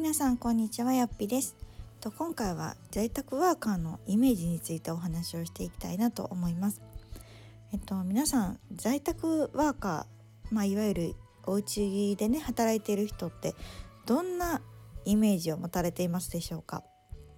皆さんこんにちは、やっぴです。今回は在宅ワーカーのイメージについてお話をしていきたいなと思います。皆さん在宅ワーカー、いわゆるお家でね働いている人ってどんなイメージを持たれていますでしょうか。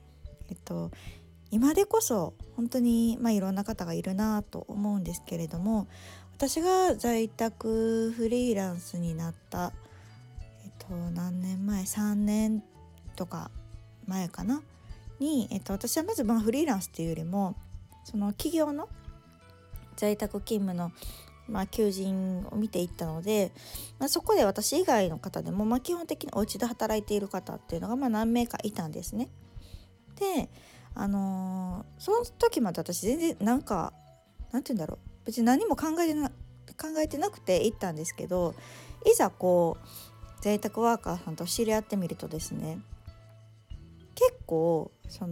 今でこそ本当にいろんな方がいるなと思うんですけれども、私が在宅フリーランスになった何年前、3年とか前かなに、私はまずフリーランスっていうよりもその企業の在宅勤務の求人を見ていったので、そこで私以外の方でも、基本的にお家で働いている方っていうのが何名かいたんですね。で、その時まで私全然なんて言うんだろう、別に何も考えてなくて行ったんですけど、いざ在宅ワーカーさんと知り合ってみるとですね、結構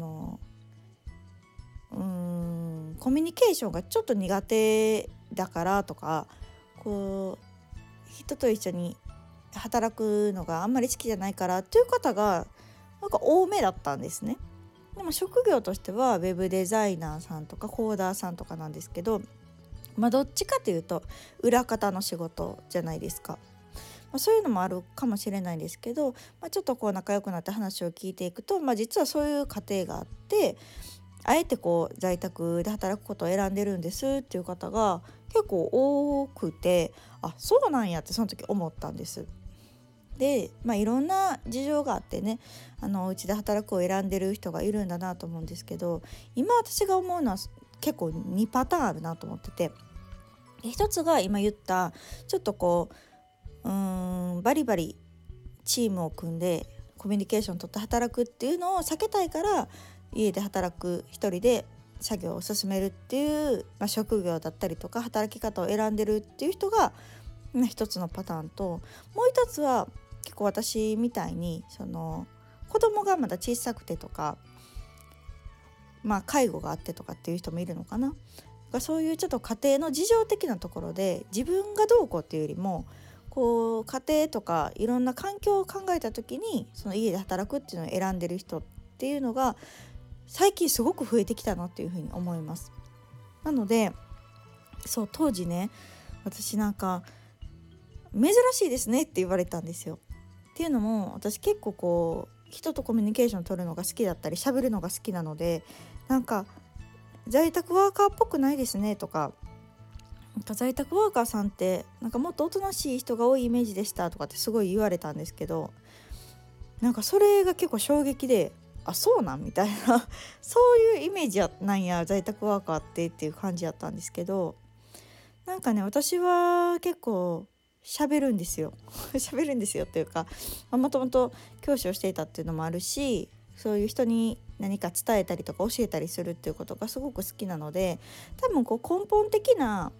コミュニケーションがちょっと苦手だからとか、人と一緒に働くのがあんまり好きじゃないからっていう方が多めだったんですね。でも職業としてはウェブデザイナーさんとかコーダーさんとかなんですけど、どっちかというと裏方の仕事じゃないですか。そういうのもあるかもしれないんですけど、ちょっと仲良くなって話を聞いていくと、実はそういう過程があって、あえて在宅で働くことを選んでるんですっていう方が結構多くて、そうなんやってその時思ったんです。で、いろんな事情があってね、お家で働くを選んでる人がいるんだなと思うんですけど、今私が思うのは結構2パターンあるなと思ってて、一つが今言ったちょっとバリバリチームを組んでコミュニケーション取って働くっていうのを避けたいから、家で働く、一人で作業を進めるっていう、職業だったりとか働き方を選んでるっていう人が一つのパターンと、もう一つは結構私みたいに子供がまだ小さくてとか、介護があってとかっていう人もいるのかな。そういうちょっと家庭の事情的なところで自分がどうこうっていうよりも、家庭とかいろんな環境を考えた時にその家で働くっていうのを選んでる人っていうのが最近すごく増えてきたなっていうふうに思います。なので当時ね、私珍しいですねって言われたんですよ。っていうのも、私結構人とコミュニケーション取るのが好きだったり喋るのが好きなので、在宅ワーカーっぽくないですねとか、在宅ワーカーさんってもっとおとなしい人が多いイメージでしたとかってすごい言われたんですけど、それが結構衝撃で、そうなんみたいなそういうイメージなんや在宅ワーカーっていう感じやったんですけど、私は結構喋るんですよ喋るんですよっていうか、もともと教師をしていたっていうのもあるし、そういう人に何か伝えたりとか教えたりするっていうことがすごく好きなので、多分根本的な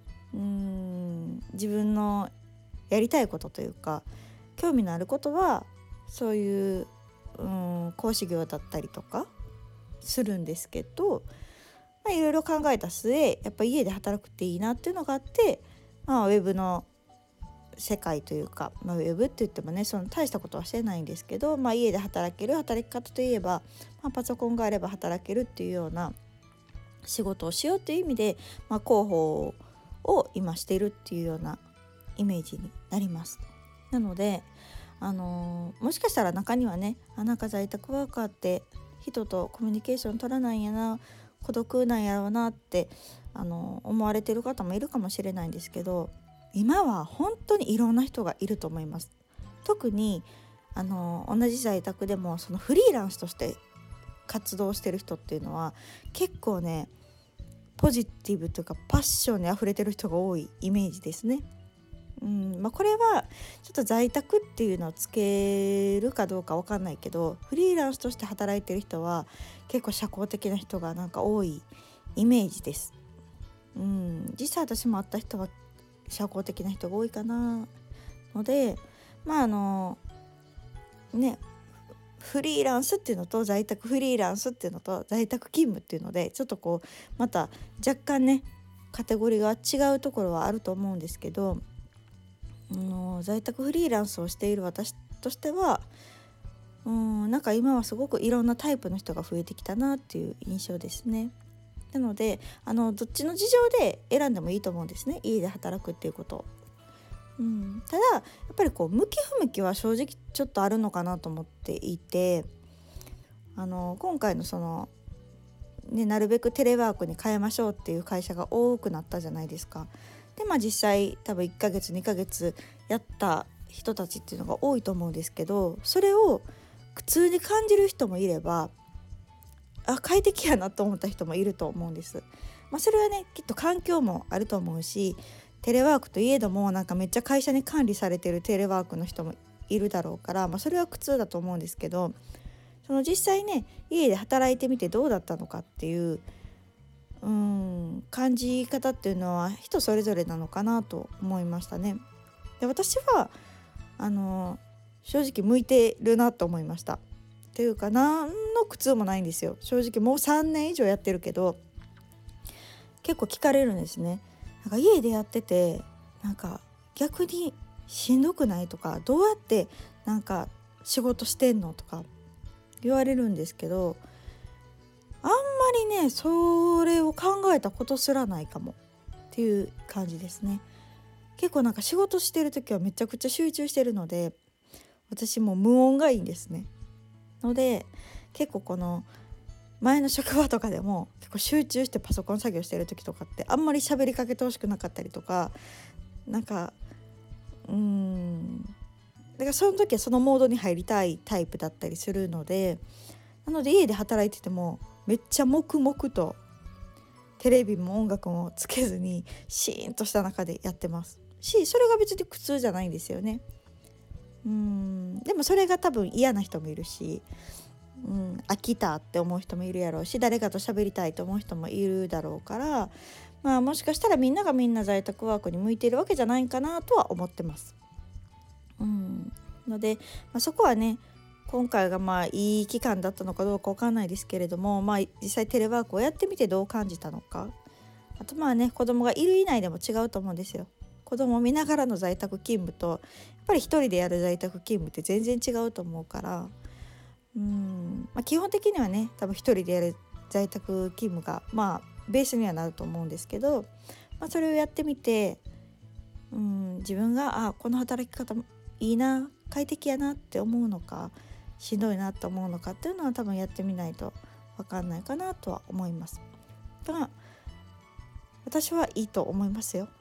自分のやりたいことというか興味のあることはそういう講師業だったりとかするんですけど、いろいろ考えた末、やっぱ家で働くっていいなっていうのがあって、ウェブの世界というか、ウェブって言ってもね、その大したことはしてないんですけど、家で働ける働き方といえば、パソコンがあれば働けるっていうような仕事をしようっていう意味で、広報を今しているっていうようなイメージになります。なのでもしかしたら中にはね、在宅ワーカーって人とコミュニケーション取らないんやな、孤独なんやろうなって思われてる方もいるかもしれないんですけど、今は本当にいろんな人がいると思います。特に同じ在宅でもそのフリーランスとして活動してる人っていうのは結構ね、ポジティブというかパッションにあふれてる人が多いイメージですね。これはちょっと在宅っていうのをつけるかどうか分かんないけど、フリーランスとして働いてる人は結構社交的な人が多いイメージです。実際私も会った人は社交的な人が多いかなので、フリーランスっていうのと在宅フリーランスっていうのと在宅勤務っていうのでちょっとまた若干ねカテゴリーが違うところはあると思うんですけど、在宅フリーランスをしている私としてはなんか今はすごくいろんなタイプの人が増えてきたなっていう印象ですね。なのでどっちの事情で選んでもいいと思うんですね、家で働くっていうことを。ただやっぱりこう向き不向きは正直ちょっとあるのかなと思っていて、今回のそのね、なるべくテレワークに変えましょうっていう会社が多くなったじゃないですか。で実際多分1ヶ月2ヶ月やった人たちっていうのが多いと思うんですけど、それを苦痛に感じる人もいれば、快適やなと思った人もいると思うんです。それはねきっと環境もあると思うし、テレワークといえどもなんかめっちゃ会社に管理されてるテレワークの人もいるだろうから、それは苦痛だと思うんですけど、その実際ね家で働いてみてどうだったのかっていう感じ方っていうのは人それぞれなのかなと思いましたね。で私は正直向いてるなと思いました。というか何の苦痛もないんですよ。正直もう3年以上やってるけど結構聞かれるんですね。なんか家でやっててなんか逆にしんどくないとか、どうやってなんか仕事してんのとか言われるんですけど、あんまりねそれを考えたことすらないかもっていう感じですね。結構なんか仕事してる時はめちゃくちゃ集中してるので、私も無音がいいんですね。ので結構この前の職場とかでも結構集中してパソコン作業してる時とかってあんまり喋りかけてほしくなかったりとか、なんかだからその時はそのモードに入りたいタイプだったりするので、なので家で働いててもめっちゃ黙々とテレビも音楽もつけずにシーンとした中でやってますし、それが別に苦痛じゃないんですよね。でもそれが多分嫌な人もいるし、飽きたって思う人もいるやろうし、誰かと喋りたいと思う人もいるだろうから、もしかしたらみんながみんな在宅ワークに向いているわけじゃないかなとは思ってます。ので、そこはね今回がいい期間だったのかどうかわかんないですけれども、実際テレワークをやってみてどう感じたのか、あと子供がいる以内でも違うと思うんですよ。子供を見ながらの在宅勤務とやっぱり一人でやる在宅勤務って全然違うと思うから、基本的にはね多分一人でやる在宅勤務がベースにはなると思うんですけど、それをやってみて自分がこの働き方いいな快適やなって思うのか、しんどいなと思うのかっていうのは多分やってみないと分かんないかなとは思います。だから私はいいと思いますよ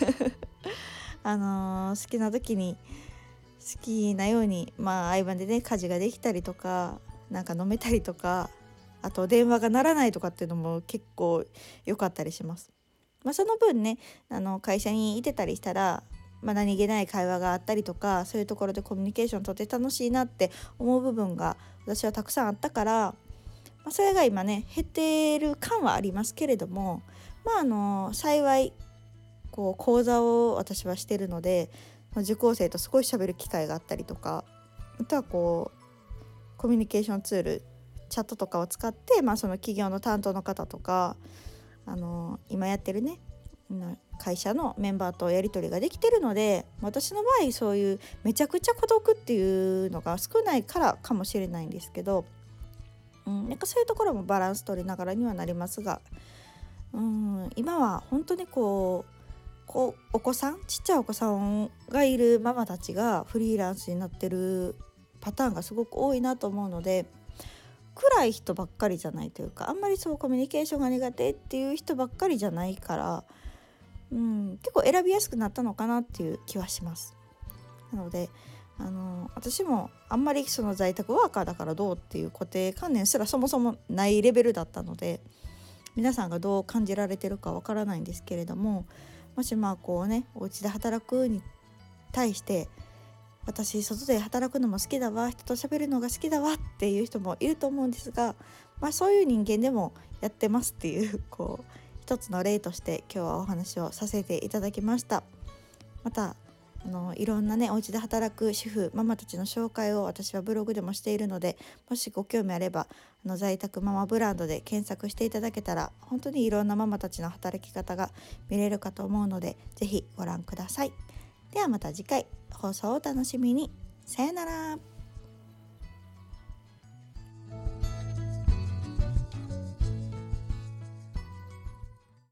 好きな時に好きなように合間でね家事ができたりとか、なんか飲めたりとか、あと電話が鳴らないとかっていうのも結構良かったりします。その分ね会社にいてたりしたら、何気ない会話があったりとか、そういうところでコミュニケーションとって楽しいなって思う部分が私はたくさんあったから、それが今ね減ってる感はありますけれども、幸い講座を私はしてるので、受講生と少し喋る機会があったりとか、あとはコミュニケーションツールチャットとかを使って、その企業の担当の方とか今やってるね会社のメンバーとやり取りができてるので、私の場合そういうめちゃくちゃ孤独っていうのが少ないからかもしれないんですけど、なんかそういうところもバランス取りながらにはなりますが、今は本当にお子さんちっちゃいお子さんがいるママたちがフリーランスになってるパターンがすごく多いなと思うので、暗い人ばっかりじゃないというか、あんまりコミュニケーションが苦手っていう人ばっかりじゃないから、結構選びやすくなったのかなっていう気はします。なので私もあんまりその在宅ワーカーだからどうっていう固定観念すらそもそもないレベルだったので、皆さんがどう感じられてるかわからないんですけれども、もしお家で働くに対して私外で働くのも好きだわ、人と喋るのが好きだわっていう人もいると思うんですが、そういう人間でもやってますっていう一つの例として今日はお話をさせていただきました。またいろんなねお家で働く主婦ママたちの紹介を私はブログでもしているので、もしご興味あれば在宅ママブランドで検索していただけたら本当にいろんなママたちの働き方が見れるかと思うので、ぜひご覧ください。ではまた次回放送をお楽しみに。さよなら。